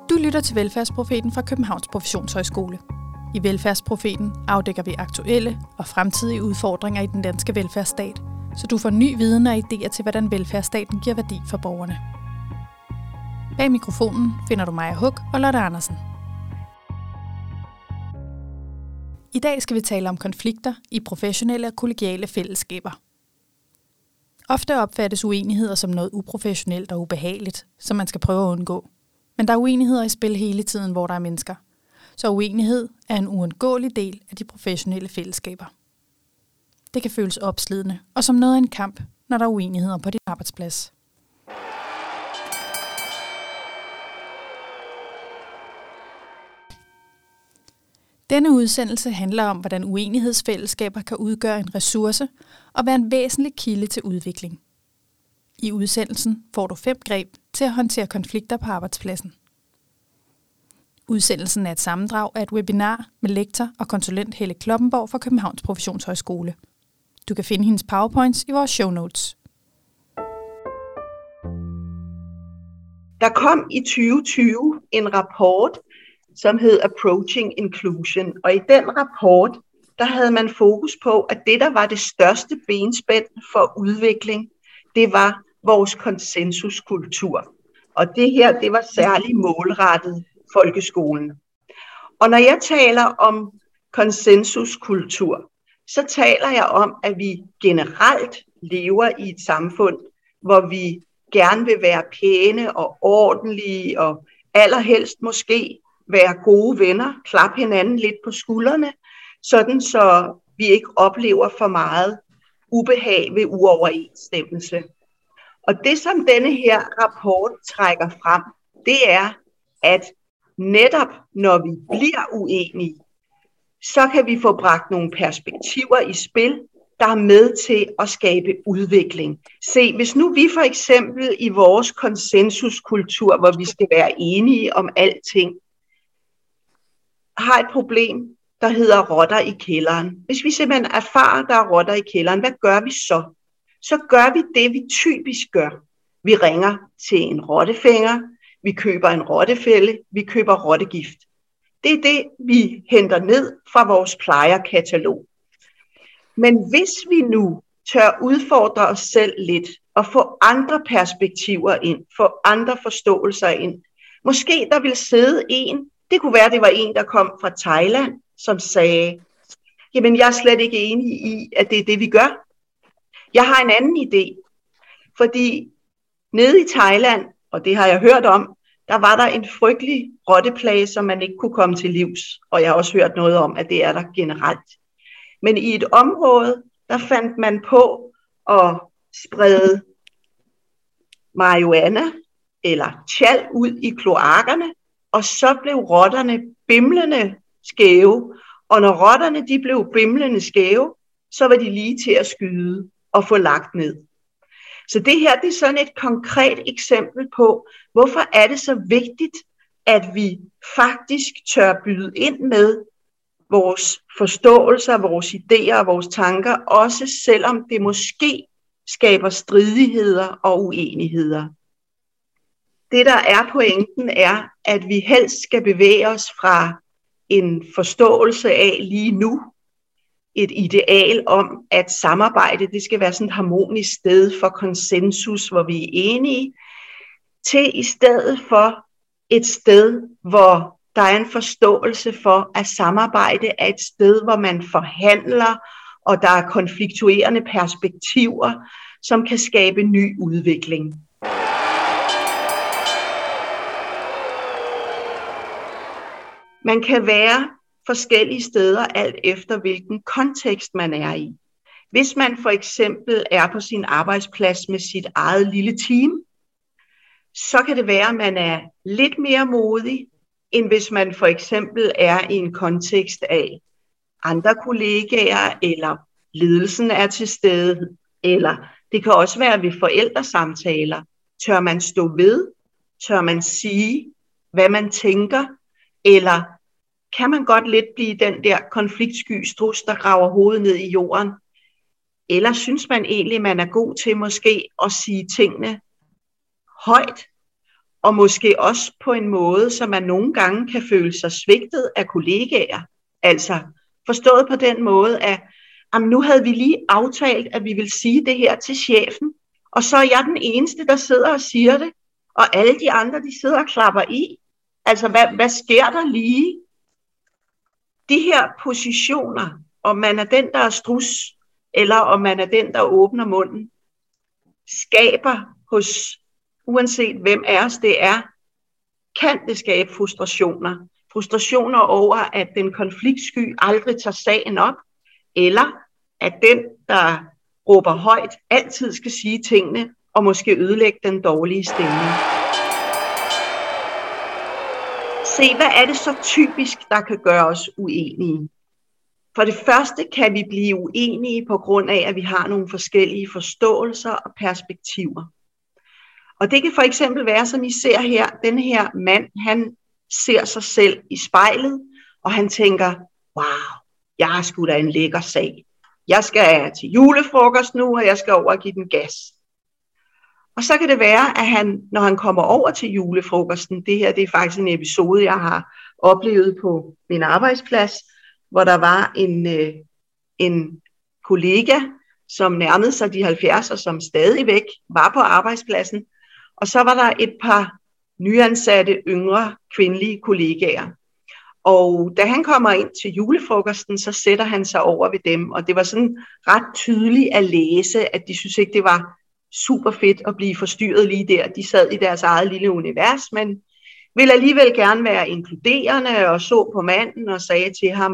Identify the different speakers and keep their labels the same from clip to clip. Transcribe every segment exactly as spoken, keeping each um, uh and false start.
Speaker 1: Du lytter til Velfærdsprofeten fra Københavns Professionshøjskole. I Velfærdsprofeten afdækker vi aktuelle og fremtidige udfordringer i den danske velfærdsstat, så du får ny viden og idéer til, hvordan velfærdsstaten giver værdi for borgerne. Bag mikrofonen finder du Maja Huk og Lotte Andersen. I dag skal vi tale om konflikter i professionelle og kollegiale fællesskaber. Ofte opfattes uenigheder som noget uprofessionelt og ubehageligt, som man skal prøve at undgå. Men der er uenigheder i spil hele tiden, hvor der er mennesker. Så uenighed er en uundgåelig del af de professionelle fællesskaber. Det kan føles opslidende og som noget af en kamp, når der er uenigheder på din arbejdsplads. Denne udsendelse handler om, hvordan uenighedsfællesskaber kan udgøre en ressource og være en væsentlig kilde til udvikling. I udsendelsen får du fem greb til at håndtere konflikter på arbejdspladsen. Udsendelsen er et sammendrag af et webinar med lektor og konsulent Helle Kloppenborg fra Københavns Professionshøjskole. Du kan finde hendes powerpoints i vores show notes.
Speaker 2: Der kom i tyve tyve en rapport, som hed Approaching Inclusion, og i den rapport, der havde man fokus på, at det, der var det største benspænd for udvikling, det var vores konsensuskultur. Og det her, det var særligt målrettet folkeskolen. Og når jeg taler om konsensuskultur, så taler jeg om, at vi generelt lever i et samfund, hvor vi gerne vil være pæne og ordentlige, og allerhelst måske være gode venner, klappe hinanden lidt på skuldrene, sådan så vi ikke oplever for meget ubehag ved uoverensstemmelse. Og det, som denne her rapport trækker frem, det er, at netop når vi bliver uenige, så kan vi få bragt nogle perspektiver i spil, der er med til at skabe udvikling. Se, hvis nu vi for eksempel i vores konsensuskultur, hvor vi skal være enige om alting, har et problem, der hedder rotter i kælderen. Hvis vi simpelthen erfarer, der er rotter i kælderen, hvad gør vi så? Så gør vi det, vi typisk gør. Vi ringer til en rottefænger, vi køber en rottefælde, vi køber rottegift. Det er det, vi henter ned fra vores plejerkatalog. Men hvis vi nu tør udfordre os selv lidt, og få andre perspektiver ind, få andre forståelser ind, måske der vil sidde en, det kunne være, det var en, der kom fra Thailand, som sagde, jamen jeg er slet ikke enig i, at det er det, vi gør. Jeg har en anden idé, fordi nede i Thailand, og det har jeg hørt om, der var der en frygtelig rotteplage, som man ikke kunne komme til livs. Og jeg har også hørt noget om, at det er der generelt. Men i et område, der fandt man på at sprede marihuana eller tjal ud i kloakkerne, og så blev rotterne bimlende skæve. Og når rotterne de blev bimlende skæve, så var de lige til at skyde og få lagt ned. Så det her, det er sådan et konkret eksempel på, hvorfor er det så vigtigt, at vi faktisk tør byde ind med vores forståelser, vores idéer og vores tanker, også selvom det måske skaber stridigheder og uenigheder. Det, der er pointen, er, at vi helst skal bevæge os fra en forståelse af lige nu, et ideal om, at samarbejde, det skal være sådan et harmonisk sted for konsensus, hvor vi er enige, til i stedet for et sted, hvor der er en forståelse for, at samarbejde er et sted, hvor man forhandler, og der er konfliktuerende perspektiver, som kan skabe ny udvikling. Man kan være forskellige steder, alt efter hvilken kontekst man er i. Hvis man for eksempel er på sin arbejdsplads med sit eget lille team, så kan det være, at man er lidt mere modig, end hvis man for eksempel er i en kontekst af andre kollegaer, eller ledelsen er til stede, eller det kan også være ved forældresamtaler. Tør man stå ved? Tør man sige, hvad man tænker? Eller kan man godt lidt blive den der konfliktsky strus, der graver hovedet ned i jorden? Eller synes man egentlig, man er god til måske at sige tingene højt, og måske også på en måde, så man nogle gange kan føle sig svigtet af kollegaer. Altså forstået på den måde, at jamen, nu havde vi lige aftalt, at vi vil sige det her til chefen, og så er jeg den eneste, der sidder og siger det, og alle de andre, de sidder og klapper i. Altså, hvad, hvad sker der lige? De her positioner, om man er den, der er strus, eller om man er den, der åbner munden, skaber hos, uanset hvem af os det er, kan det skabe frustrationer. Frustrationer over, at den konfliktsky aldrig tager sagen op, eller at den, der råber højt, altid skal sige tingene, og måske ødelægge den dårlige stemning. Se, hvad er det så typisk, der kan gøre os uenige? For det første kan vi blive uenige på grund af, at vi har nogle forskellige forståelser og perspektiver. Og det kan for eksempel være, som I ser her, den her mand, han ser sig selv i spejlet, og han tænker, wow, jeg har sgu da en lækker sag. Jeg skal til julefrokost nu, og jeg skal over og give den gas. Og så kan det være, at han, når han kommer over til julefrokosten, det her det er faktisk en episode, jeg har oplevet på min arbejdsplads, hvor der var en, øh, en kollega, som nærmede sig de halvfjerds, og som stadigvæk var på arbejdspladsen. Og så var der et par nyansatte, yngre, kvindelige kollegaer. Og da han kommer ind til julefrokosten, så sætter han sig over ved dem. Og det var sådan ret tydeligt at læse, at de synes ikke, det var super fedt at blive forstyrret lige der. De sad i deres eget lille univers, men ville alligevel gerne være inkluderende og så på manden og sagde til ham,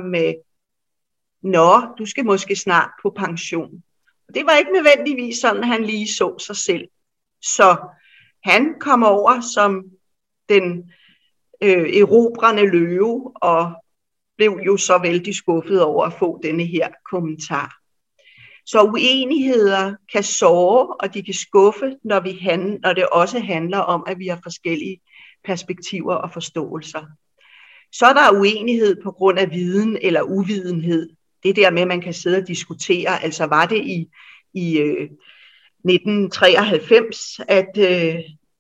Speaker 2: nå, du skal måske snart på pension. Og det var ikke nødvendigvis sådan, han lige så sig selv. Så han kom over som den øh, erobrende løve og blev jo så vældig skuffet over at få denne her kommentar. Så uenigheder kan såre, og de kan skuffe, når, vi handler, når det også handler om, at vi har forskellige perspektiver og forståelser. Så er der uenighed på grund af viden eller uvidenhed. Det der med, at man kan sidde og diskutere, altså var det i, i øh, nitten treoghalvfems, at øh,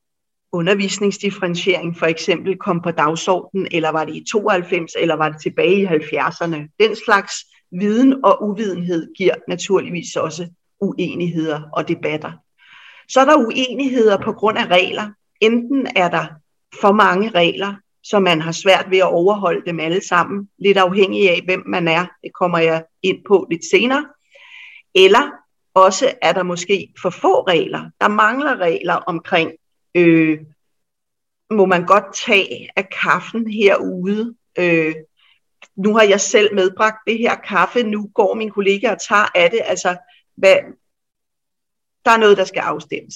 Speaker 2: undervisningsdifferentiering for eksempel kom på dagsordenen, eller var det i tooghalvfems, eller var det tilbage i halvfjerdserne. Den slags viden og uvidenhed giver naturligvis også uenigheder og debatter. Så er der uenigheder på grund af regler. Enten er der for mange regler, så man har svært ved at overholde dem alle sammen, lidt afhængig af, hvem man er. Det kommer jeg ind på lidt senere. Eller også er der måske for få regler. Der mangler regler omkring, øh, må man godt tage af kaffen herude? Øh, nu har jeg selv medbragt det her kaffe, nu går min kollega og tager af det. Altså, hvad, der er noget, der skal afstemmes.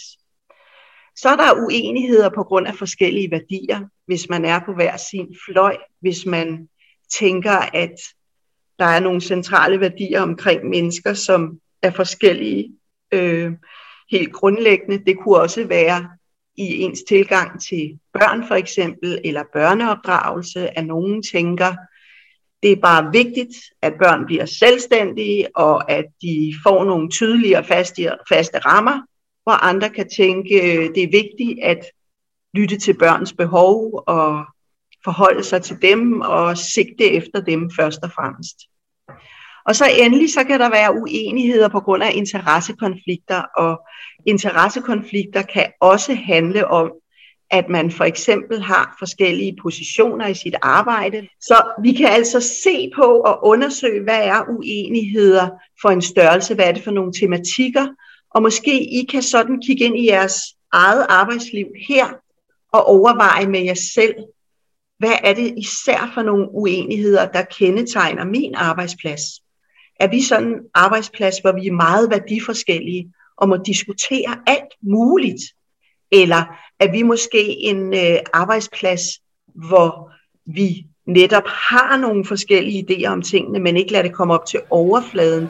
Speaker 2: Så er der uenigheder på grund af forskellige værdier, hvis man er på hver sin fløj, hvis man tænker, at der er nogle centrale værdier omkring mennesker, som er forskellige øh, helt grundlæggende. Det kunne også være i ens tilgang til børn for eksempel, eller børneopdragelse, at nogen tænker, det er bare vigtigt, at børn bliver selvstændige, og at de får nogle tydelige og faste, faste rammer, hvor andre kan tænke, det er vigtigt at lytte til børns behov og forholde sig til dem og sigte efter dem først og fremmest. Og så endelig så kan der være uenigheder på grund af interessekonflikter, og interessekonflikter kan også handle om, at man for eksempel har forskellige positioner i sit arbejde. Så vi kan altså se på og undersøge, hvad er uenigheder for en størrelse, hvad er det for nogle tematikker, og måske I kan sådan kigge ind i jeres eget arbejdsliv her og overveje med jer selv, hvad er det især for nogle uenigheder, der kendetegner min arbejdsplads? Er vi sådan en arbejdsplads, hvor vi er meget værdiforskellige og må diskutere alt muligt? Eller er vi måske en øh, arbejdsplads, hvor vi netop har nogle forskellige idéer om tingene, men ikke lader det komme op til overfladen?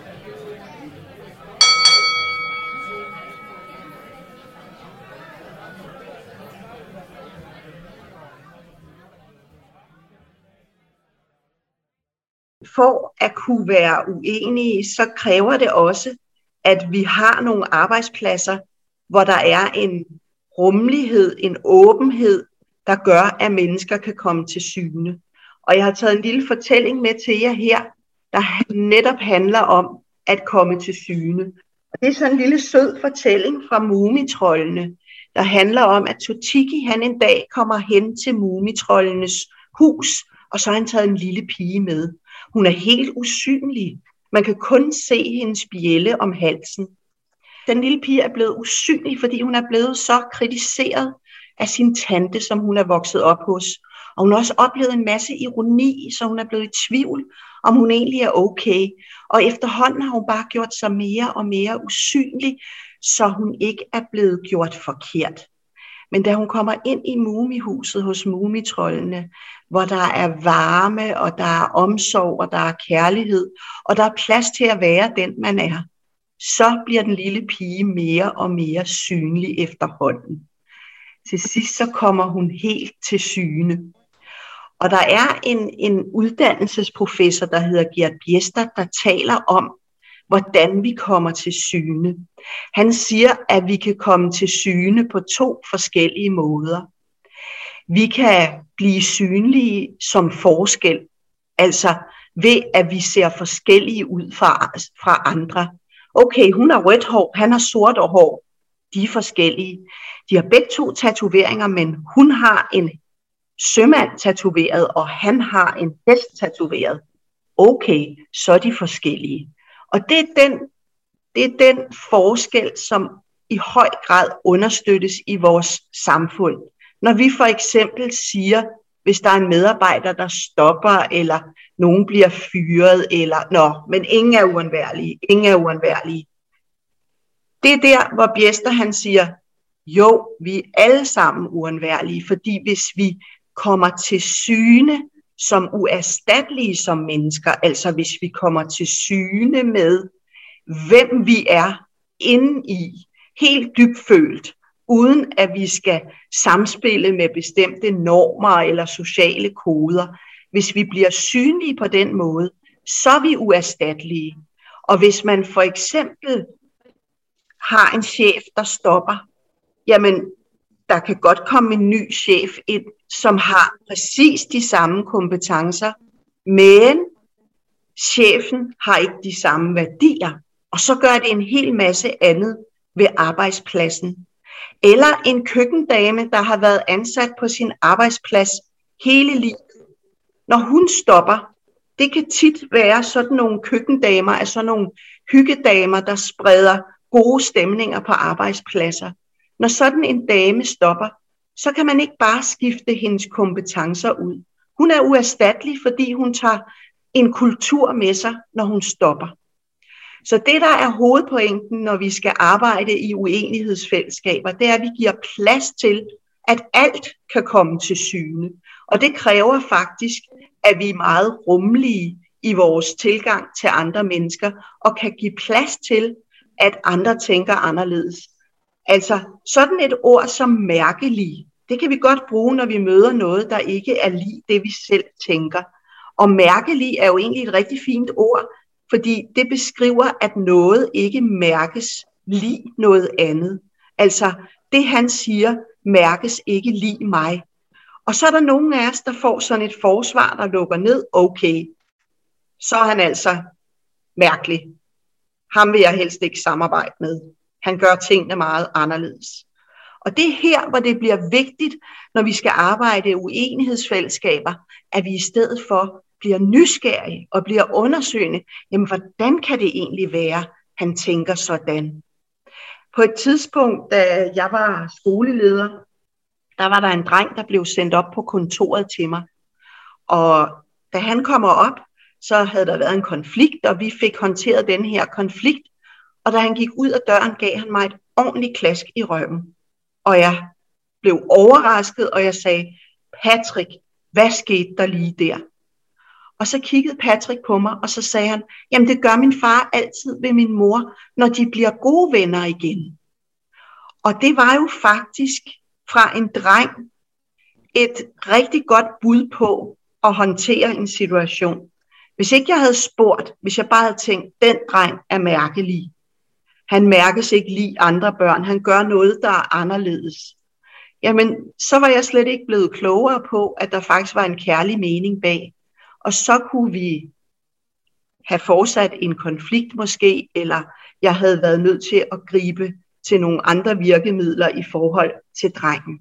Speaker 2: For at kunne være uenige, så kræver det også, at vi har nogle arbejdspladser, hvor der er en rummelighed, en åbenhed, der gør, at mennesker kan komme til syne. Og jeg har taget en lille fortælling med til jer her, der netop handler om at komme til syne. Og det er sådan en lille sød fortælling fra Mumitroldene, der handler om, at Totiki han en dag kommer hen til Mumitrollenes hus, og så har han taget en lille pige med. Hun er helt usynlig. Man kan kun se hendes bjælde om halsen. Den lille pige er blevet usynlig, fordi hun er blevet så kritiseret af sin tante, som hun er vokset op hos. Og hun har også oplevet en masse ironi, så hun er blevet i tvivl, om hun egentlig er okay. Og efterhånden har hun bare gjort sig mere og mere usynlig, så hun ikke er blevet gjort forkert. Men da hun kommer ind i mumihuset hos mumitrollene, hvor der er varme, og der er omsorg, og der er kærlighed, og der er plads til at være den, man er, så bliver den lille pige mere og mere synlig efterhånden. Til sidst så kommer hun helt til syne. Og der er en, en uddannelsesprofessor, der hedder Gert Bjestad, der taler om, hvordan vi kommer til syne. Han siger, at vi kan komme til syne på to forskellige måder. Vi kan blive synlige som forskel, altså ved at vi ser forskellige ud fra, fra andre. Okay, hun har rødt hår, han har sort hår. De er forskellige. De har begge to tatoveringer, men hun har en sømand tatoveret, og han har en hest tatoveret. Okay, så er de forskellige. Og det er den, det er den forskel, som i høj grad understøttes i vores samfund. Når vi for eksempel siger, hvis der er en medarbejder, der stopper, eller nogen bliver fyret, eller nå, men ingen er uundværlige, ingen er uundværlige. Det er der, hvor Bjester han siger, jo, vi er alle sammen uundværlige, fordi hvis vi kommer til syne som uerstattelige som mennesker, altså hvis vi kommer til syne med, hvem vi er inde i, helt dybfølt, uden at vi skal samspille med bestemte normer eller sociale koder. Hvis vi bliver synlige på den måde, så er vi uerstattelige. Og hvis man for eksempel har en chef, der stopper, jamen der kan godt komme en ny chef ind, som har præcis de samme kompetencer, men chefen har ikke de samme værdier, og så gør det en hel masse andet ved arbejdspladsen. Eller en køkkendame, der har været ansat på sin arbejdsplads hele livet. Når hun stopper, det kan tit være sådan nogle køkkendamer, altså sådan nogle hyggedamer, der spreder gode stemninger på arbejdspladser. Når sådan en dame stopper, så kan man ikke bare skifte hendes kompetencer ud. Hun er uerstattelig, fordi hun tager en kultur med sig, når hun stopper. Så det, der er hovedpointen, når vi skal arbejde i uenighedsfællesskaber, det er, at vi giver plads til, at alt kan komme til syne. Og det kræver faktisk, at vi er meget rummelige i vores tilgang til andre mennesker, og kan give plads til, at andre tænker anderledes. Altså sådan et ord som mærkelig, det kan vi godt bruge, når vi møder noget, der ikke er lige det, vi selv tænker. Og mærkelig er jo egentlig et rigtig fint ord, fordi det beskriver, at noget ikke mærkes lige noget andet. Altså det han siger, mærkes ikke lige mig. Og så er der nogen af os, der får sådan et forsvar, der lukker ned. Okay, så er han altså mærkelig. Ham vil jeg helst ikke samarbejde med. Han gør tingene meget anderledes. Og det er her, hvor det bliver vigtigt, når vi skal arbejde i uenighedsfællesskaber, at vi i stedet for bliver nysgerrige og bliver undersøgende. Jamen, hvordan kan det egentlig være, han tænker sådan? På et tidspunkt, da jeg var skoleleder, der var der en dreng, der blev sendt op på kontoret til mig. Og da han kommer op, så havde der været en konflikt, og vi fik håndteret den her konflikt. Og da han gik ud af døren, gav han mig et ordentligt klask i røven. Og jeg blev overrasket, og jeg sagde, Patrick, hvad skete der lige der? Og så kiggede Patrick på mig, og så sagde han, jamen det gør min far altid ved min mor, når de bliver gode venner igen. Og det var jo faktisk fra en dreng et rigtig godt bud på at håndtere en situation. Hvis ikke jeg havde spurgt, hvis jeg bare havde tænkt, den dreng er mærkelig. Han mærkes ikke lige andre børn, han gør noget, der er anderledes. jamen så var jeg slet ikke blevet klogere på, at der faktisk var en kærlig mening bag. Og så kunne vi have fortsat en konflikt måske, eller jeg havde været nødt til at gribe til nogle andre virkemidler i forhold til drengen.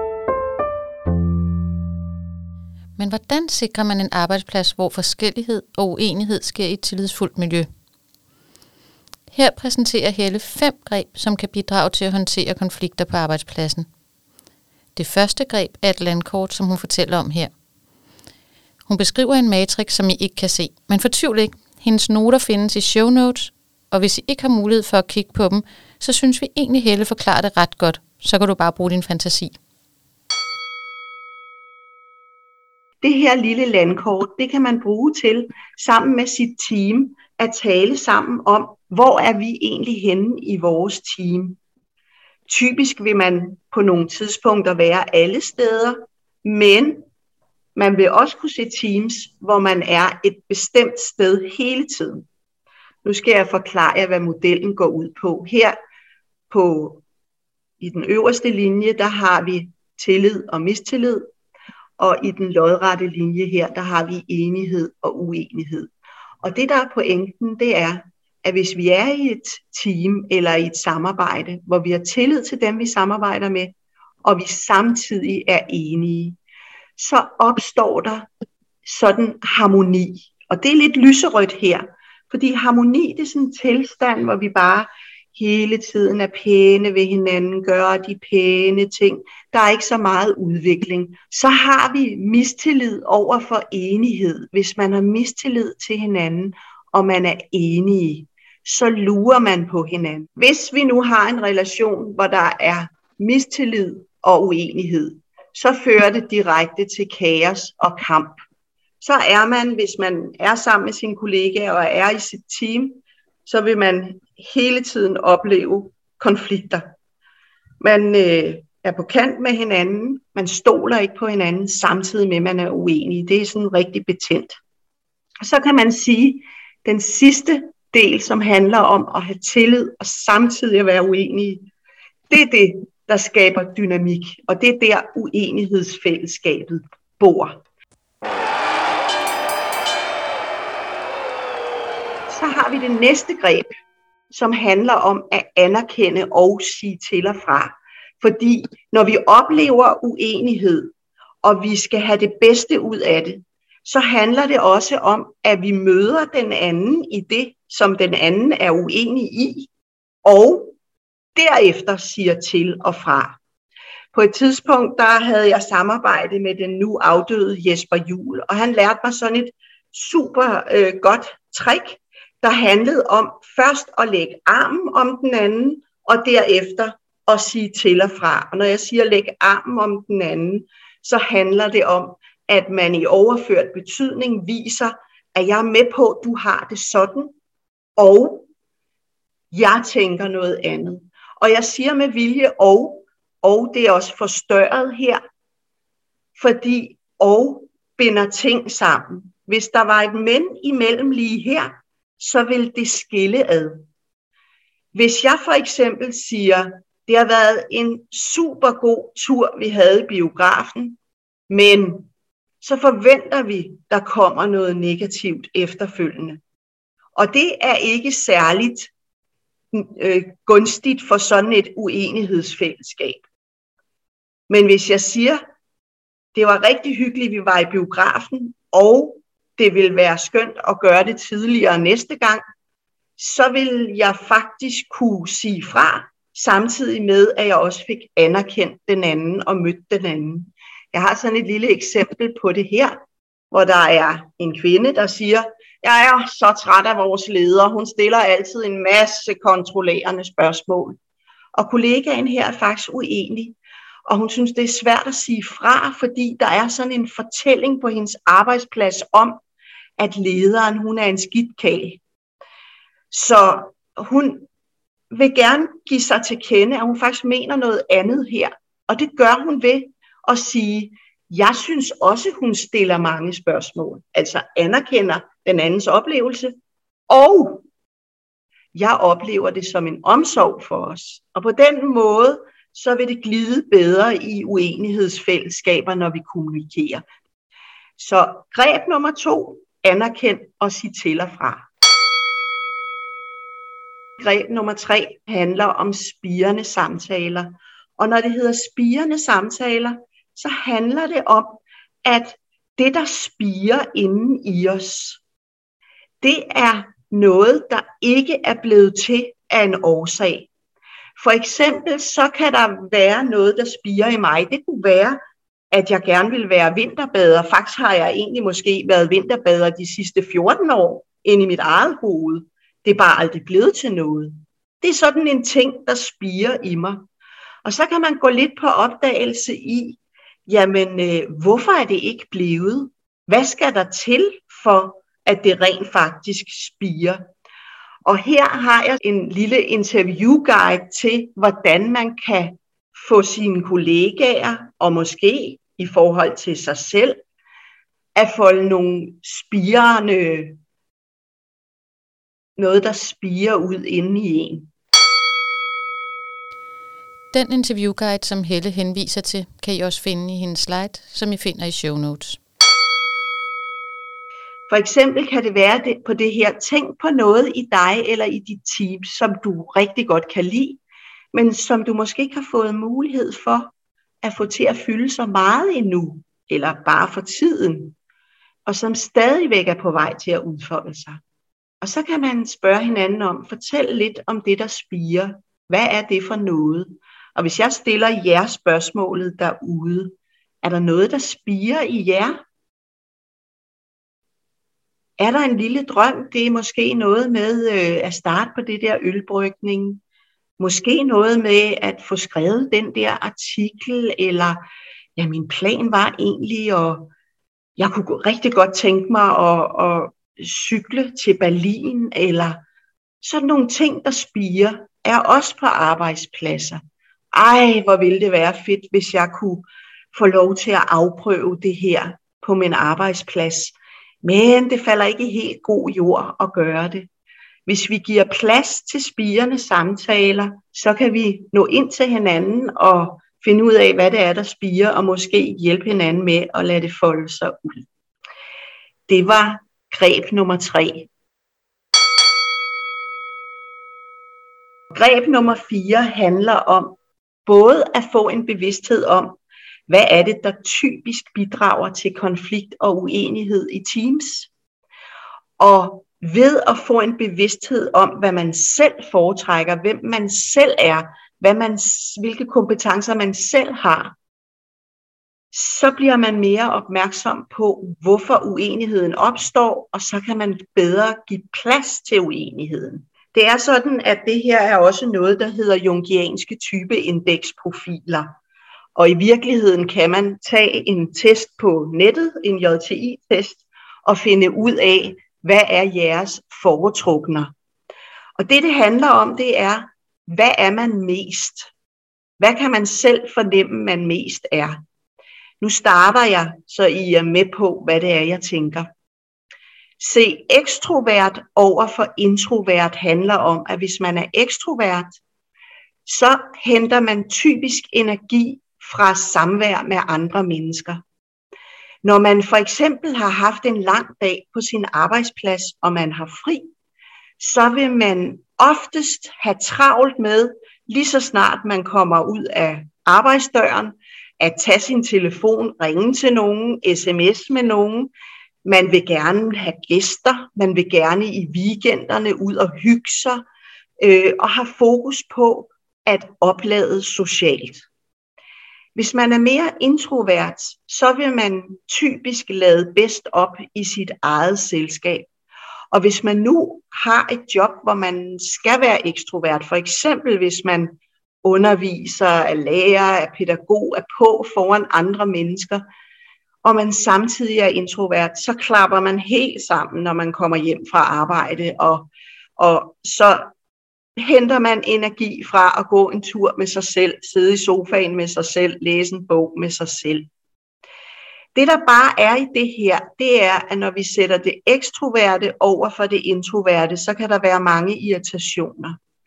Speaker 3: Men hvordan sikrer man en arbejdsplads, hvor forskellighed og uenighed sker i et tillidsfuldt miljø? Her præsenterer Helle fem greb, som kan bidrage til at håndtere konflikter på arbejdspladsen. Det første greb er et landkort, som hun fortæller om her. Hun beskriver en matrix, som I ikke kan se, men fortvivl ikke. Hendes noter findes i show notes, og hvis I ikke har mulighed for at kigge på dem, så synes vi egentlig Helle forklarer det ret godt. Så kan du bare bruge din fantasi.
Speaker 2: Det her lille landkort, det kan man bruge til sammen med sit team at tale sammen om, hvor er vi egentlig henne i vores team. Typisk vil man på nogle tidspunkter være alle steder, men man vil også kunne se teams, hvor man er et bestemt sted hele tiden. Nu skal jeg forklare jer, hvad modellen går ud på. Her på, i den øverste linje, der har vi tillid og mistillid, og i den lodrette linje her, der har vi enighed og uenighed. Og det, der er pointen, det er, at hvis vi er i et team eller i et samarbejde, hvor vi har tillid til dem, vi samarbejder med, og vi samtidig er enige, så opstår der sådan harmoni. Og det er lidt lyserødt her, fordi harmoni, det er sådan en tilstand, hvor vi bare hele tiden er pæne ved hinanden, gør de pæne ting. Der er ikke så meget udvikling. Så har vi mistillid over for enighed. Hvis man har mistillid til hinanden, og man er enige, så lurer man på hinanden. Hvis vi nu har en relation, hvor der er mistillid og uenighed, så fører det direkte til kaos og kamp. Så er man, hvis man er sammen med sine kollegaer og er i sit team, så vil man hele tiden opleve konflikter. Man øh, er på kant med hinanden, man stoler ikke på hinanden, samtidig med, at man er uenig. Det er sådan rigtig betændt. Og så kan man sige, at den sidste del, som handler om at have tillid og samtidig at være uenige, det er det, der skaber dynamik, og det er der uenighedsfællesskabet bor. Så har vi det næste greb, som handler om at anerkende og sige til og fra. Fordi når vi oplever uenighed, og vi skal have det bedste ud af det, så handler det også om, at vi møder den anden i det, som den anden er uenig i, og derefter siger til og fra. På et tidspunkt, der havde jeg samarbejdet med den nu afdøde Jesper Juhl, og han lærte mig sådan et super øh, godt trick, der handlede om først at lægge armen om den anden, og derefter at sige til og fra. Og når jeg siger lægge armen om den anden, så handler det om, at man i overført betydning viser, at jeg er med på, at du har det sådan, og jeg tænker noget andet. Og jeg siger med vilje og, og det er også forstørret her, fordi og binder ting sammen. Hvis der var et men imellem lige her, så vil det skille ad. Hvis jeg for eksempel siger, det har været en super god tur, vi havde i biografen, men så forventer vi, der kommer noget negativt efterfølgende. Og det er ikke særligt øh, gunstigt for sådan et uenighedsfællesskab. Men hvis jeg siger, det var rigtig hyggeligt, vi var i biografen, og det vil være skønt at gøre det tidligere næste gang, så vil jeg faktisk kunne sige fra, samtidig med, at jeg også fik anerkendt den anden og mødt den anden. Jeg har sådan et lille eksempel på det her, hvor der er en kvinde, der siger, jeg er så træt af vores leder, hun stiller altid en masse kontrollerende spørgsmål. Og kollegaen her er faktisk uenig, og hun synes, det er svært at sige fra, fordi der er sådan en fortælling på hendes arbejdsplads om, at lederen, hun er en skidtkage. Så hun vil gerne give sig til kende, at hun faktisk mener noget andet her. Og det gør hun ved at sige, jeg synes også, hun stiller mange spørgsmål. Altså anerkender den andens oplevelse, og jeg oplever det som en omsorg for os. Og på den måde, så vil det glide bedre i uenighedsfællesskaber, når vi kommunikerer. Så greb nummer to, anerkend og sig til og fra. Greb nummer tre handler om spirende samtaler. Og når det hedder spirende samtaler, så handler det om, at det, der spirer inden i os, det er noget, der ikke er blevet til af en årsag. For eksempel så kan der være noget, der spirer i mig. Det kunne være, at jeg gerne vil være vinterbader. Faktisk har jeg egentlig måske været vinterbader de sidste fjorten år inde i mit eget hoved. Det er bare aldrig blevet til noget. Det er sådan en ting, der spirer i mig. Og så kan man gå lidt på opdagelse i, jamen øh, hvorfor er det ikke blevet? Hvad skal der til for, at det rent faktisk spirer? Og her har jeg en lille interviewguide til, hvordan man kan få sine kollegaer, og måske i forhold til sig selv, at folde nogle spirende, noget der spirer ud inde i en.
Speaker 3: Den interviewguide, som Helle henviser til, kan I også finde i hendes slide, som I finder i show notes.
Speaker 2: For eksempel kan det være det, på det her, tænk på noget i dig eller i dit team, som du rigtig godt kan lide, men som du måske ikke har fået mulighed for at få til at fylde så meget endnu, eller bare for tiden, og som stadigvæk er på vej til at udfolde sig. Og så kan man spørge hinanden om, fortæl lidt om det, der spirer. Hvad er det for noget? Og hvis jeg stiller jer spørgsmålet derude, er der noget, der spirer i jer? Er der en lille drøm? Det er måske noget med øh, at starte på det der ølbrygning. Måske noget med at få skrevet den der artikel, eller ja, min plan var egentlig, og jeg kunne rigtig godt tænke mig at, at cykle til Berlin, eller sådan nogle ting, der spirer, er også på arbejdspladser. Ej, hvor ville det være fedt, hvis jeg kunne få lov til at afprøve det her på min arbejdsplads. Men det falder ikke i helt god jord at gøre det. Hvis vi giver plads til spirende samtaler, så kan vi nå ind til hinanden og finde ud af, hvad det er, der spirer, og måske hjælpe hinanden med at lade det folde sig ud. Det var greb nummer tre. Greb nummer fire handler om både at få en bevidsthed om, hvad er det, der typisk bidrager til konflikt og uenighed i teams, og ved at få en bevidsthed om, hvad man selv foretrækker, hvem man selv er, hvad man, hvilke kompetencer man selv har, så bliver man mere opmærksom på, hvorfor uenigheden opstår, og så kan man bedre give plads til uenigheden. Det er sådan, at det her er også noget, der hedder jungianske typeindeksprofiler. Og i virkeligheden kan man tage en test på nettet, en J T I-test, og finde ud af, hvad er jeres foretrukner. Og det, det handler om, det er, hvad er man mest? Hvad kan man selv fornemme, man mest er? Nu starter jeg, så I er med på, hvad det er, jeg tænker. Se, ekstrovert over for introvert handler om, at hvis man er ekstrovert, så henter man typisk energi fra samvær med andre mennesker. Når man for eksempel har haft en lang dag på sin arbejdsplads, og man har fri, så vil man oftest have travlt med, lige så snart man kommer ud af arbejdsdøren, at tage sin telefon, ringe til nogen, sms med nogen. Man vil gerne have gæster, man vil gerne i weekenderne ud og hygge sig, øh, og have fokus på at oplade socialt. Hvis man er mere introvert, så vil man typisk lade bedst op i sit eget selskab. Og hvis man nu har et job, hvor man skal være ekstrovert, for eksempel hvis man underviser, er lærer, er pædagog, er på foran andre mennesker, og man samtidig er introvert, så klapper man helt sammen, når man kommer hjem fra arbejde, og, og så henter man energi fra at gå en tur med sig selv, sidde i sofaen med sig selv, læse en bog med sig selv. Det der bare er i det her, det er, at når vi sætter det ekstroverte over for det introverte, så kan der være mange irritationer.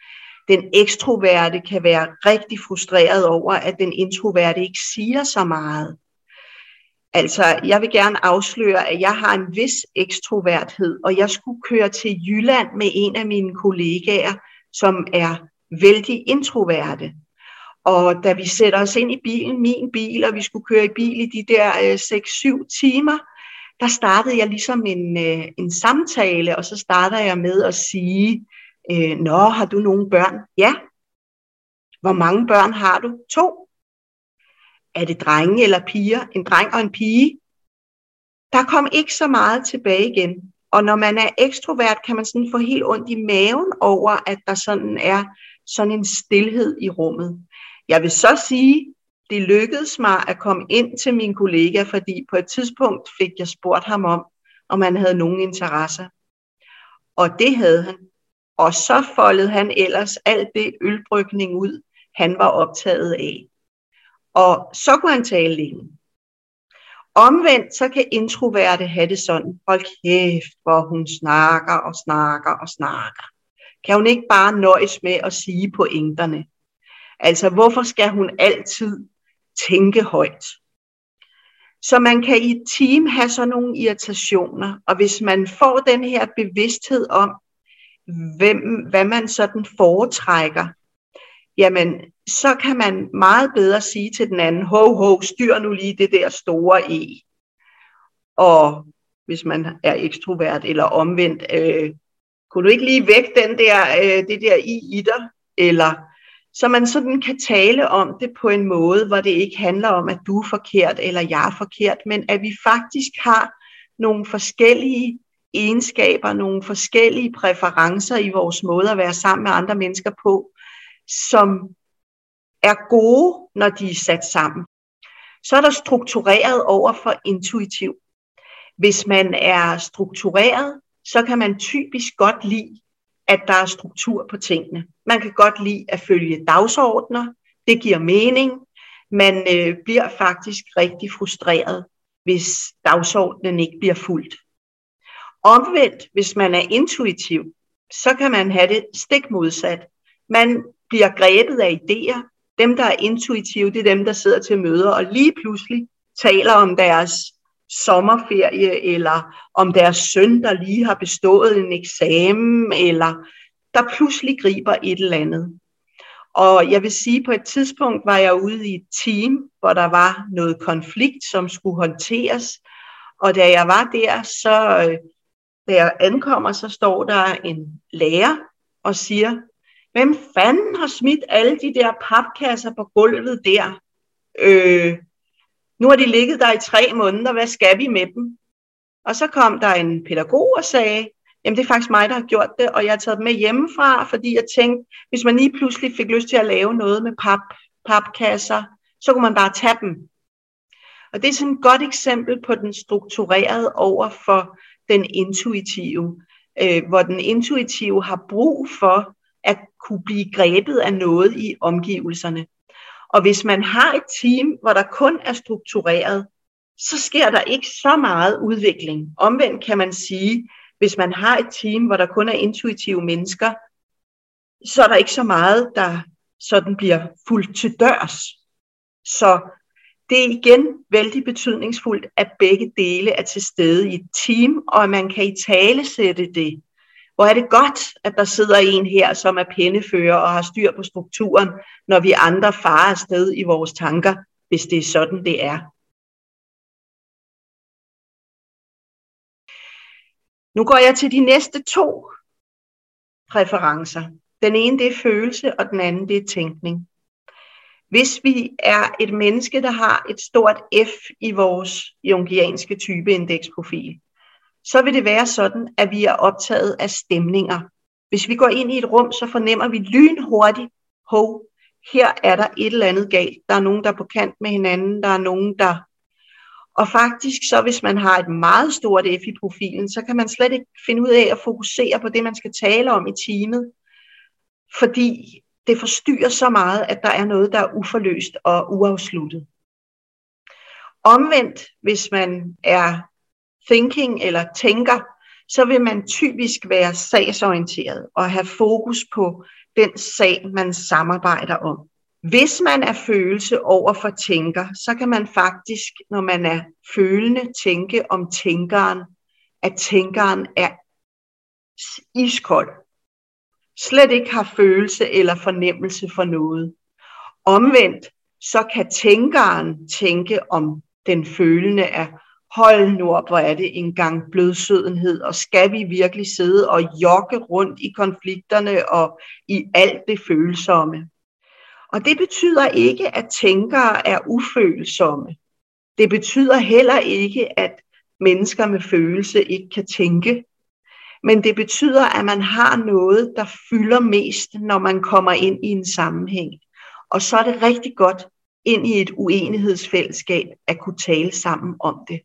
Speaker 2: Den ekstroverte kan være rigtig frustreret over, at den introverte ikke siger så meget. Altså, jeg vil gerne afsløre, at jeg har en vis ekstroverthed, og jeg skulle køre til Jylland med en af mine kollegaer, som er vældig introverte. Og da vi sætter os ind i bilen, min bil, og vi skulle køre i bil i de der øh, seks syv timer, der startede jeg ligesom en, øh, en samtale, og så starter jeg med at sige, øh, nå, har du nogle børn? Ja. Hvor mange børn har du? To. Er det drenge eller piger? En dreng og en pige? Der kom ikke så meget tilbage igen. Og når man er ekstrovert, kan man sådan få helt ondt i maven over, at der sådan er sådan en stilhed i rummet. Jeg vil så sige, det lykkedes mig at komme ind til min kollega, fordi på et tidspunkt fik jeg spurgt ham om, om han havde nogen interesser. Og det havde han. Og så foldede han ellers alt det ølbrygning ud, han var optaget af. Og så kunne han tale længe. Omvendt så kan introverte have det sådan, hold kæft, hvor hun snakker og snakker og snakker. Kan hun ikke bare nøjes med at sige pointerne? Altså, hvorfor skal hun altid tænke højt? Så man kan i et team have sådan nogle irritationer, og hvis man får den her bevidsthed om, hvem, hvad man sådan foretrækker, jamen, så kan man meget bedre sige til den anden, hov, hov, styr nu lige det der store E. Og hvis man er ekstrovert eller omvendt, øh, kunne du ikke lige væk den der, øh, det der I i dig? Eller så man sådan kan tale om det på en måde, hvor det ikke handler om, at du er forkert eller jeg er forkert, men at vi faktisk har nogle forskellige egenskaber, nogle forskellige præferencer i vores måde at være sammen med andre mennesker på, som er gode, når de er sat sammen. Så er der struktureret over for intuitiv. Hvis man er struktureret, så kan man typisk godt lide, at der er struktur på tingene. Man kan godt lide at følge dagsordner. Det giver mening. Man øh, bliver faktisk rigtig frustreret, hvis dagsordnen ikke bliver fulgt. Omvendt, hvis man er intuitiv, så kan man have det stik modsat. Man bliver grebet af idéer. Dem, der er intuitive, det er dem, der sidder til møder og lige pludselig taler om deres sommerferie, eller om deres søn, der lige har bestået en eksamen, eller der pludselig griber et eller andet. Og jeg vil sige, på et tidspunkt var jeg ude i et team, hvor der var noget konflikt, som skulle håndteres. Og da jeg var der, så da jeg ankommer, så står der en lærer og siger, hvem fanden har smidt alle de der papkasser på gulvet der? Øh, nu har de ligget der i tre måneder, hvad skal vi med dem? Og så kom der en pædagog og sagde, jamen det er faktisk mig, der har gjort det, og jeg har taget dem med hjemmefra, fordi jeg tænkte, hvis man lige pludselig fik lyst til at lave noget med pap, papkasser, så kunne man bare tage dem. Og det er sådan et godt eksempel på den strukturerede over for den intuitive, øh, hvor den intuitive har brug for at kunne blive grebet af noget i omgivelserne. Og hvis man har et team, hvor der kun er struktureret, så sker der ikke så meget udvikling. Omvendt kan man sige, hvis man har et team, hvor der kun er intuitive mennesker, så er der ikke så meget, der sådan bliver fuldt til dørs. Så det er igen vældig betydningsfuldt, at begge dele er til stede i et team, og at man kan italesætte det. Hvor er det godt, at der sidder en her, som er pennefører og har styr på strukturen, når vi andre farer afsted i vores tanker, hvis det er sådan, det er. Nu går jeg til de næste to præferencer. Den ene, det er følelse, og den anden, det er tænkning. Hvis vi er et menneske, der har et stort F i vores jungianske typeindeksprofil, så vil det være sådan, at vi er optaget af stemninger. Hvis vi går ind i et rum, så fornemmer vi lynhurtigt, hov, her er der et eller andet galt. Der er nogen, der er på kant med hinanden, der er nogen, der... Og faktisk så, hvis man har et meget stort F i profilen, så kan man slet ikke finde ud af at fokusere på det, man skal tale om i teamet, fordi det forstyrrer så meget, at der er noget, der er uforløst og uafsluttet. Omvendt, hvis man er thinking eller tænker, så vil man typisk være sagsorienteret og have fokus på den sag, man samarbejder om. Hvis man er følelse over for tænker, så kan man faktisk, når man er følende, tænke om tænkeren, at tænkeren er iskold. Slet ikke har følelse eller fornemmelse for noget. Omvendt, så kan tænkeren tænke om den følende er, hold nu op, hvor er det en gang blødsødenhed, og skal vi virkelig sidde og jogge rundt i konflikterne og i alt det følsomme. Og det betyder ikke, at tænkere er ufølsomme. Det betyder heller ikke, at mennesker med følelse ikke kan tænke. Men det betyder, at man har noget, der fylder mest, når man kommer ind i en sammenhæng. Og så er det rigtig godt ind i et uenighedsfællesskab at kunne tale sammen om det.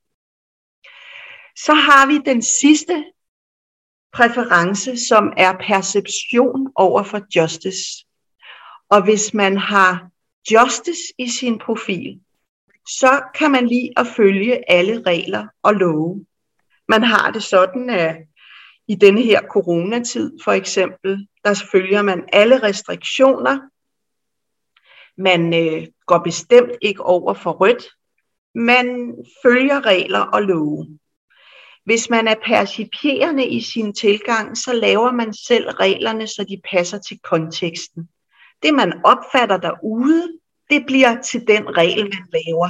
Speaker 2: Så har vi den sidste præference, som er perception over for justice. Og hvis man har justice i sin profil, så kan man lide at følge alle regler og love. Man har det sådan, at i denne her coronatid for eksempel, der følger man alle restriktioner. Man øh, går bestemt ikke over for rødt. Man følger regler og love. Hvis man er percipierende i sin tilgang, så laver man selv reglerne, så de passer til konteksten. Det man opfatter derude, det bliver til den regel, man laver.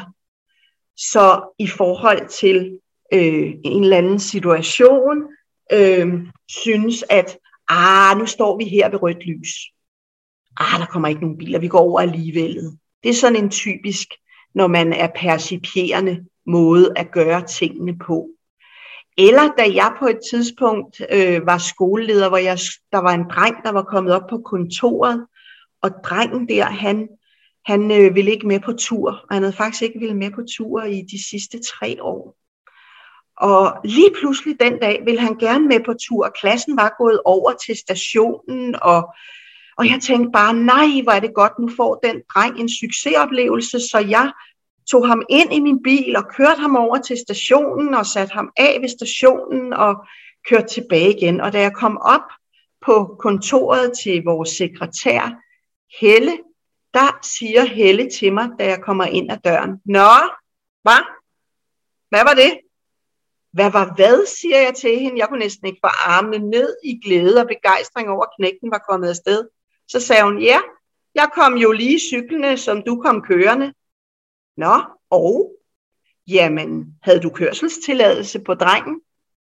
Speaker 2: Så i forhold til øh, en eller anden situation, øh, synes at, ah, nu står vi her ved rødt lys. Ah, der kommer ikke nogen biler, vi går over alligevel. Det er sådan en typisk, når man er percipierende måde at gøre tingene på. Eller da jeg på et tidspunkt øh, var skoleleder, hvor jeg, der var en dreng, der var kommet op på kontoret, og drengen der, han, han øh, ville ikke med på tur, og han havde faktisk ikke ville med på tur i de sidste tre år. Og lige pludselig den dag ville han gerne med på tur, og klassen var gået over til stationen, og, og jeg tænkte bare, nej, hvor er det godt, nu får den dreng en succesoplevelse, så jeg tog ham ind i min bil og kørte ham over til stationen og satte ham af ved stationen og kørte tilbage igen. Og da jeg kom op på kontoret til vores sekretær, Helle, der siger Helle til mig, da jeg kommer ind ad døren. Nå, hvad? Hvad var det? Hvad var hvad, siger jeg til hende. Jeg kunne næsten ikke få armene ned i glæde og begejstring over, at knægten var kommet afsted. Så sagde hun, ja, jeg kom jo lige cyklende, som du kom kørende. Nå, og? Jamen, havde du kørselstilladelse på drengen?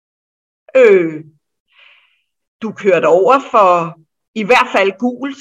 Speaker 2: Øh, du kørte over for i hvert fald gult.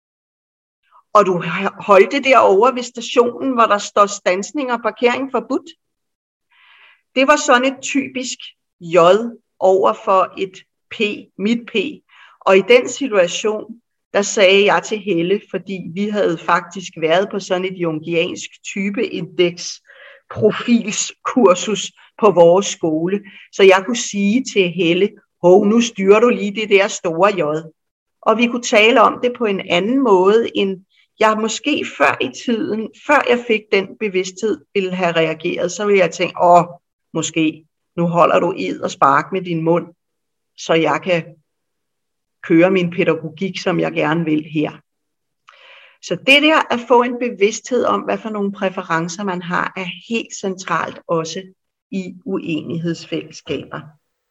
Speaker 2: Og du holdte derovre ved stationen, hvor der står standsning og parkering forbudt. Det var sådan et typisk J over for et P, mit P. Og i den situation, der sagde jeg til Helle, fordi vi havde faktisk været på sådan et jungiansk typeindeks profilskursus på vores skole. Så jeg kunne sige til Helle, hov, nu styrer du lige det der store J. Og vi kunne tale om det på en anden måde, end jeg måske før i tiden, før jeg fik den bevidsthed, ville have reageret. Så ville jeg tænke, åh, måske, nu holder du ed og spark med din mund, så jeg kan køre min pædagogik, som jeg gerne vil her. Så det der at få en bevidsthed om, hvad for nogle præferencer man har, er helt centralt også i uenighedsfællesskaber.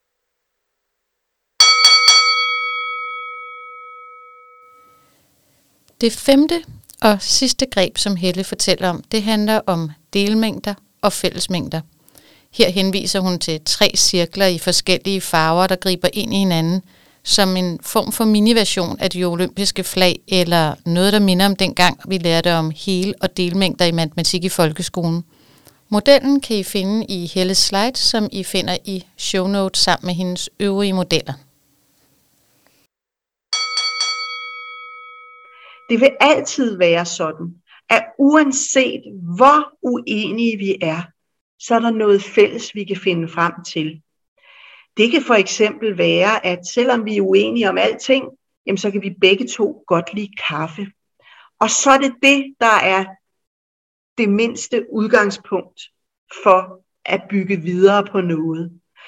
Speaker 3: Det femte og sidste greb, som Helle fortæller om, det handler om delmængder og fællesmængder. Her henviser hun til tre cirkler i forskellige farver, der griber ind i hinanden, som en form for miniversion af de olympiske flag, eller noget, der minder om dengang, vi lærte om hel- og delmængder i matematik i folkeskolen. Modellen kan I finde i Helles slide, som I finder i show notes sammen med hendes øvrige modeller.
Speaker 2: Det vil altid være sådan, at uanset hvor uenige vi er, så er der noget fælles, vi kan finde frem til. Det kan for eksempel være, at selvom vi er uenige om alting, jamen så kan vi begge to godt lide kaffe. Og så er det det, der er det mindste udgangspunkt for at bygge videre på noget.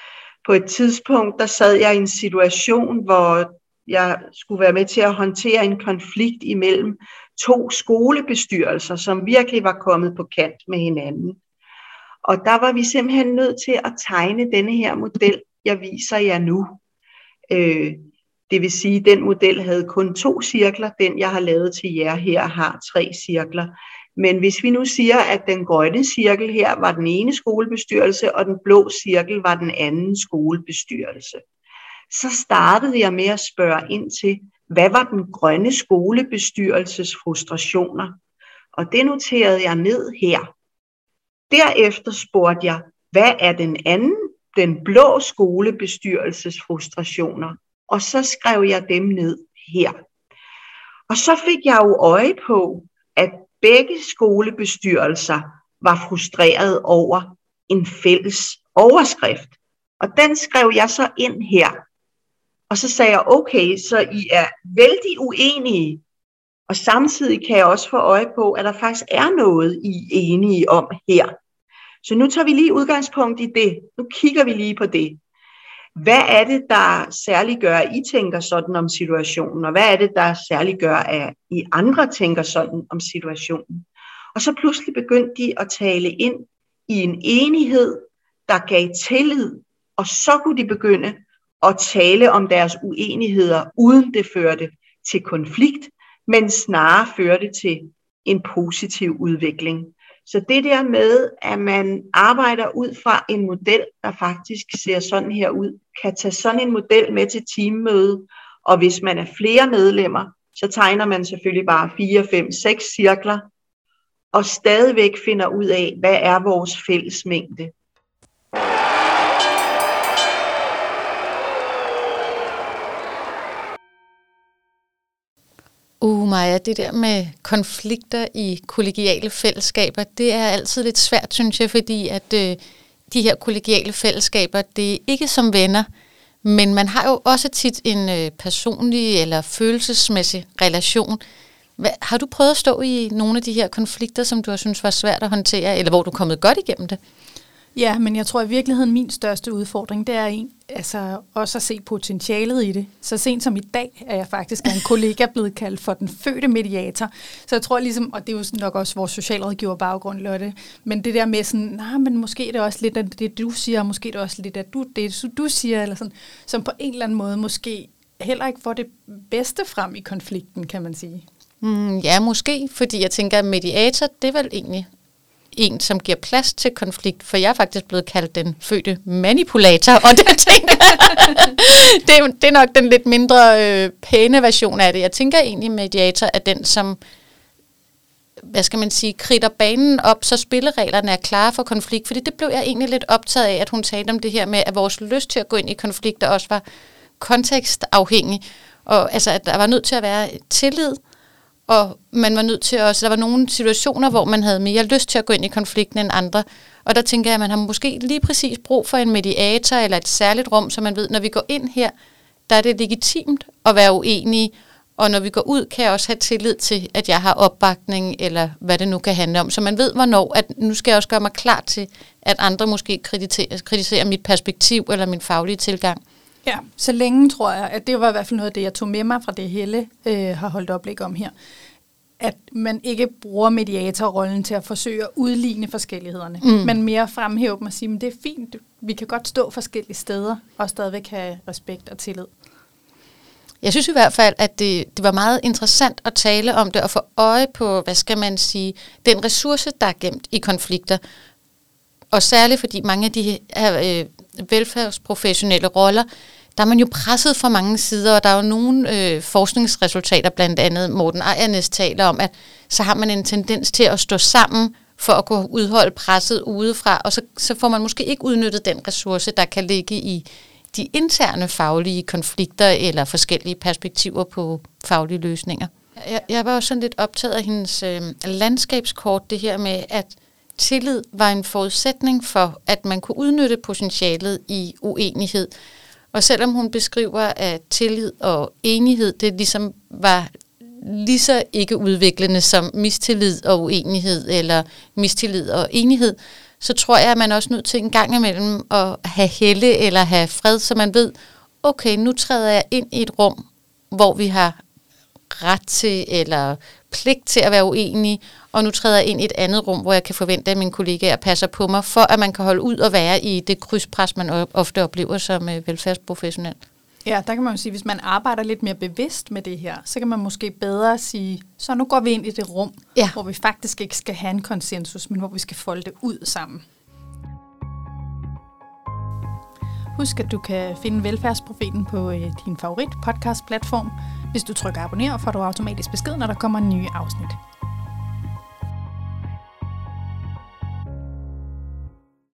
Speaker 2: på et tidspunkt, der sad jeg i en situation, hvor jeg skulle være med til at håndtere en konflikt imellem to skolebestyrelser, som virkelig var kommet på kant med hinanden. Og der var vi simpelthen nødt til at tegne denne her model, jeg viser jer nu. Øh, det vil sige, at den model havde kun to cirkler. Den, jeg har lavet til jer her, har tre cirkler. Men hvis vi nu siger, at den grønne cirkel her var den ene skolebestyrelse, og den blå cirkel var den anden skolebestyrelse, så startede jeg med at spørge ind til, hvad var den grønne skolebestyrelses frustrationer? Og det noterede jeg ned her. Derefter spurgte jeg, hvad er den anden, den blå skolebestyrelses frustrationer? Og så skrev jeg dem ned her. Og så fik jeg jo øje på, at begge skolebestyrelser var frustreret over en fælles overskrift. Og den skrev jeg så ind her. Og så sagde jeg, okay, så I er vældig uenige. Og samtidig kan jeg også få øje på, at der faktisk er noget, I er enige om her. Så nu tager vi lige udgangspunkt i det. Nu kigger vi lige på det. Hvad er det, der særligt gør, at I tænker sådan om situationen? Og hvad er det, der særligt gør, at I andre tænker sådan om situationen? Og så pludselig begyndte de at tale ind i en enighed, der gav tillid. Og så kunne de begynde at tale om deres uenigheder, uden det førte til konflikt, men snarere førte til en positiv udvikling. Så det der med, at man arbejder ud fra en model, der faktisk ser sådan her ud, kan tage sådan en model med til teammøde, og hvis man er flere medlemmer, så tegner man selvfølgelig bare fire, fem, seks cirkler, og stadigvæk finder ud af, hvad er vores fællesmængde.
Speaker 3: Uh, Maja, det der med konflikter i kollegiale fællesskaber, det er altid lidt svært, synes jeg, fordi at øh, de her kollegiale fællesskaber, det er ikke som venner, men man har jo også tit en øh, personlig eller følelsesmæssig relation. Hvad, har du prøvet at stå i nogle af de her konflikter, som du har synes var svært at håndtere, eller hvor du er kommet godt igennem det?
Speaker 1: Ja, men jeg tror i virkeligheden, min største udfordring, det er en, altså også at se potentialet i det. Så sent som i dag er jeg faktisk af en kollega blevet kaldt for den fødte mediator. Så jeg tror ligesom, og det er jo nok også vores socialrådgiver baggrund, Lotte, men det der med sådan, nej, men måske er det også lidt af det, du siger, måske er det også lidt af du, det, du siger, eller sådan, som på en eller anden måde måske heller ikke får det bedste frem i konflikten, kan man sige.
Speaker 3: Mm, ja, måske, fordi jeg tænker, at mediator, det er vel egentlig en, som giver plads til konflikt, for jeg er faktisk blevet kaldt den fødte manipulator, og det, tænker, det, er, det er nok den lidt mindre øh, pæne version af det. Jeg tænker egentlig, at mediator er den, som, hvad skal man sige, kridter banen op, så spillereglerne er klare for konflikt, fordi det blev jeg egentlig lidt optaget af, at hun talte om det her med, at vores lyst til at gå ind i konflikter også var kontekstafhængig, og altså, at der var nødt til at være tillid, og man var nødt til også, der var nogle situationer, hvor man havde mere lyst til at gå ind i konflikten end andre. Og der tænker jeg, at man har måske lige præcis brug for en mediator eller et særligt rum, så man ved, når vi går ind her, der er det legitimt at være uenige. Og når vi går ud, kan jeg også have tillid til, at jeg har opbakning, eller hvad det nu kan handle om. Så man ved, hvornår, at nu skal jeg også gøre mig klar til, at andre måske kritiserer, kritiserer mit perspektiv eller min faglige tilgang.
Speaker 1: Ja, så længe tror jeg, at det var i hvert fald noget af det, jeg tog med mig fra det, Helle øh, har holdt oplæg om her. At man ikke bruger mediatorrollen til at forsøge at udligne forskellighederne, mm. men mere fremhæve dem og sige, at det er fint, vi kan godt stå forskellige steder og stadigvæk have respekt og tillid.
Speaker 3: Jeg synes i hvert fald, at det, det var meget interessant at tale om det og få øje på, hvad skal man sige, den ressource, der er gemt i konflikter. Og særligt fordi mange af de her øh, velfærdsprofessionelle roller, der er man jo presset fra mange sider, og der er jo nogle øh, forskningsresultater, blandt andet Morten Ejernes taler om, at så har man en tendens til at stå sammen for at kunne udholde presset udefra, og så, så får man måske ikke udnyttet den ressource, der kan ligge i de interne faglige konflikter eller forskellige perspektiver på faglige løsninger. Jeg, jeg var også sådan lidt optaget af hendes øh, landskabskort, det her med, at tillid var en forudsætning for, at man kunne udnytte potentialet i uenighed. Og selvom hun beskriver, at tillid og enighed, det ligesom var lige så ikke udviklende som mistillid og uenighed, eller mistillid og enighed, så tror jeg, at man er også nødt til en gang imellem at have helle eller have fred, så man ved, okay, nu træder jeg ind i et rum, hvor vi har ret til eller pligt til at være uenige, og nu træder jeg ind i et andet rum, hvor jeg kan forvente, at mine kollegaer passer på mig, for at man kan holde ud og være i det krydspres, man ofte oplever som velfærdsprofessionel.
Speaker 1: Ja, der kan man jo sige, hvis man arbejder lidt mere bevidst med det her, så kan man måske bedre sige, så nu går vi ind i det rum, ja. Hvor vi faktisk ikke skal have en konsensus, men hvor vi skal folde det ud sammen. Husk, at du kan finde Velfærdsprofeten på øh, din favorit podcast-platform. Hvis du trykker abonner, får du automatisk besked, når der kommer en ny afsnit.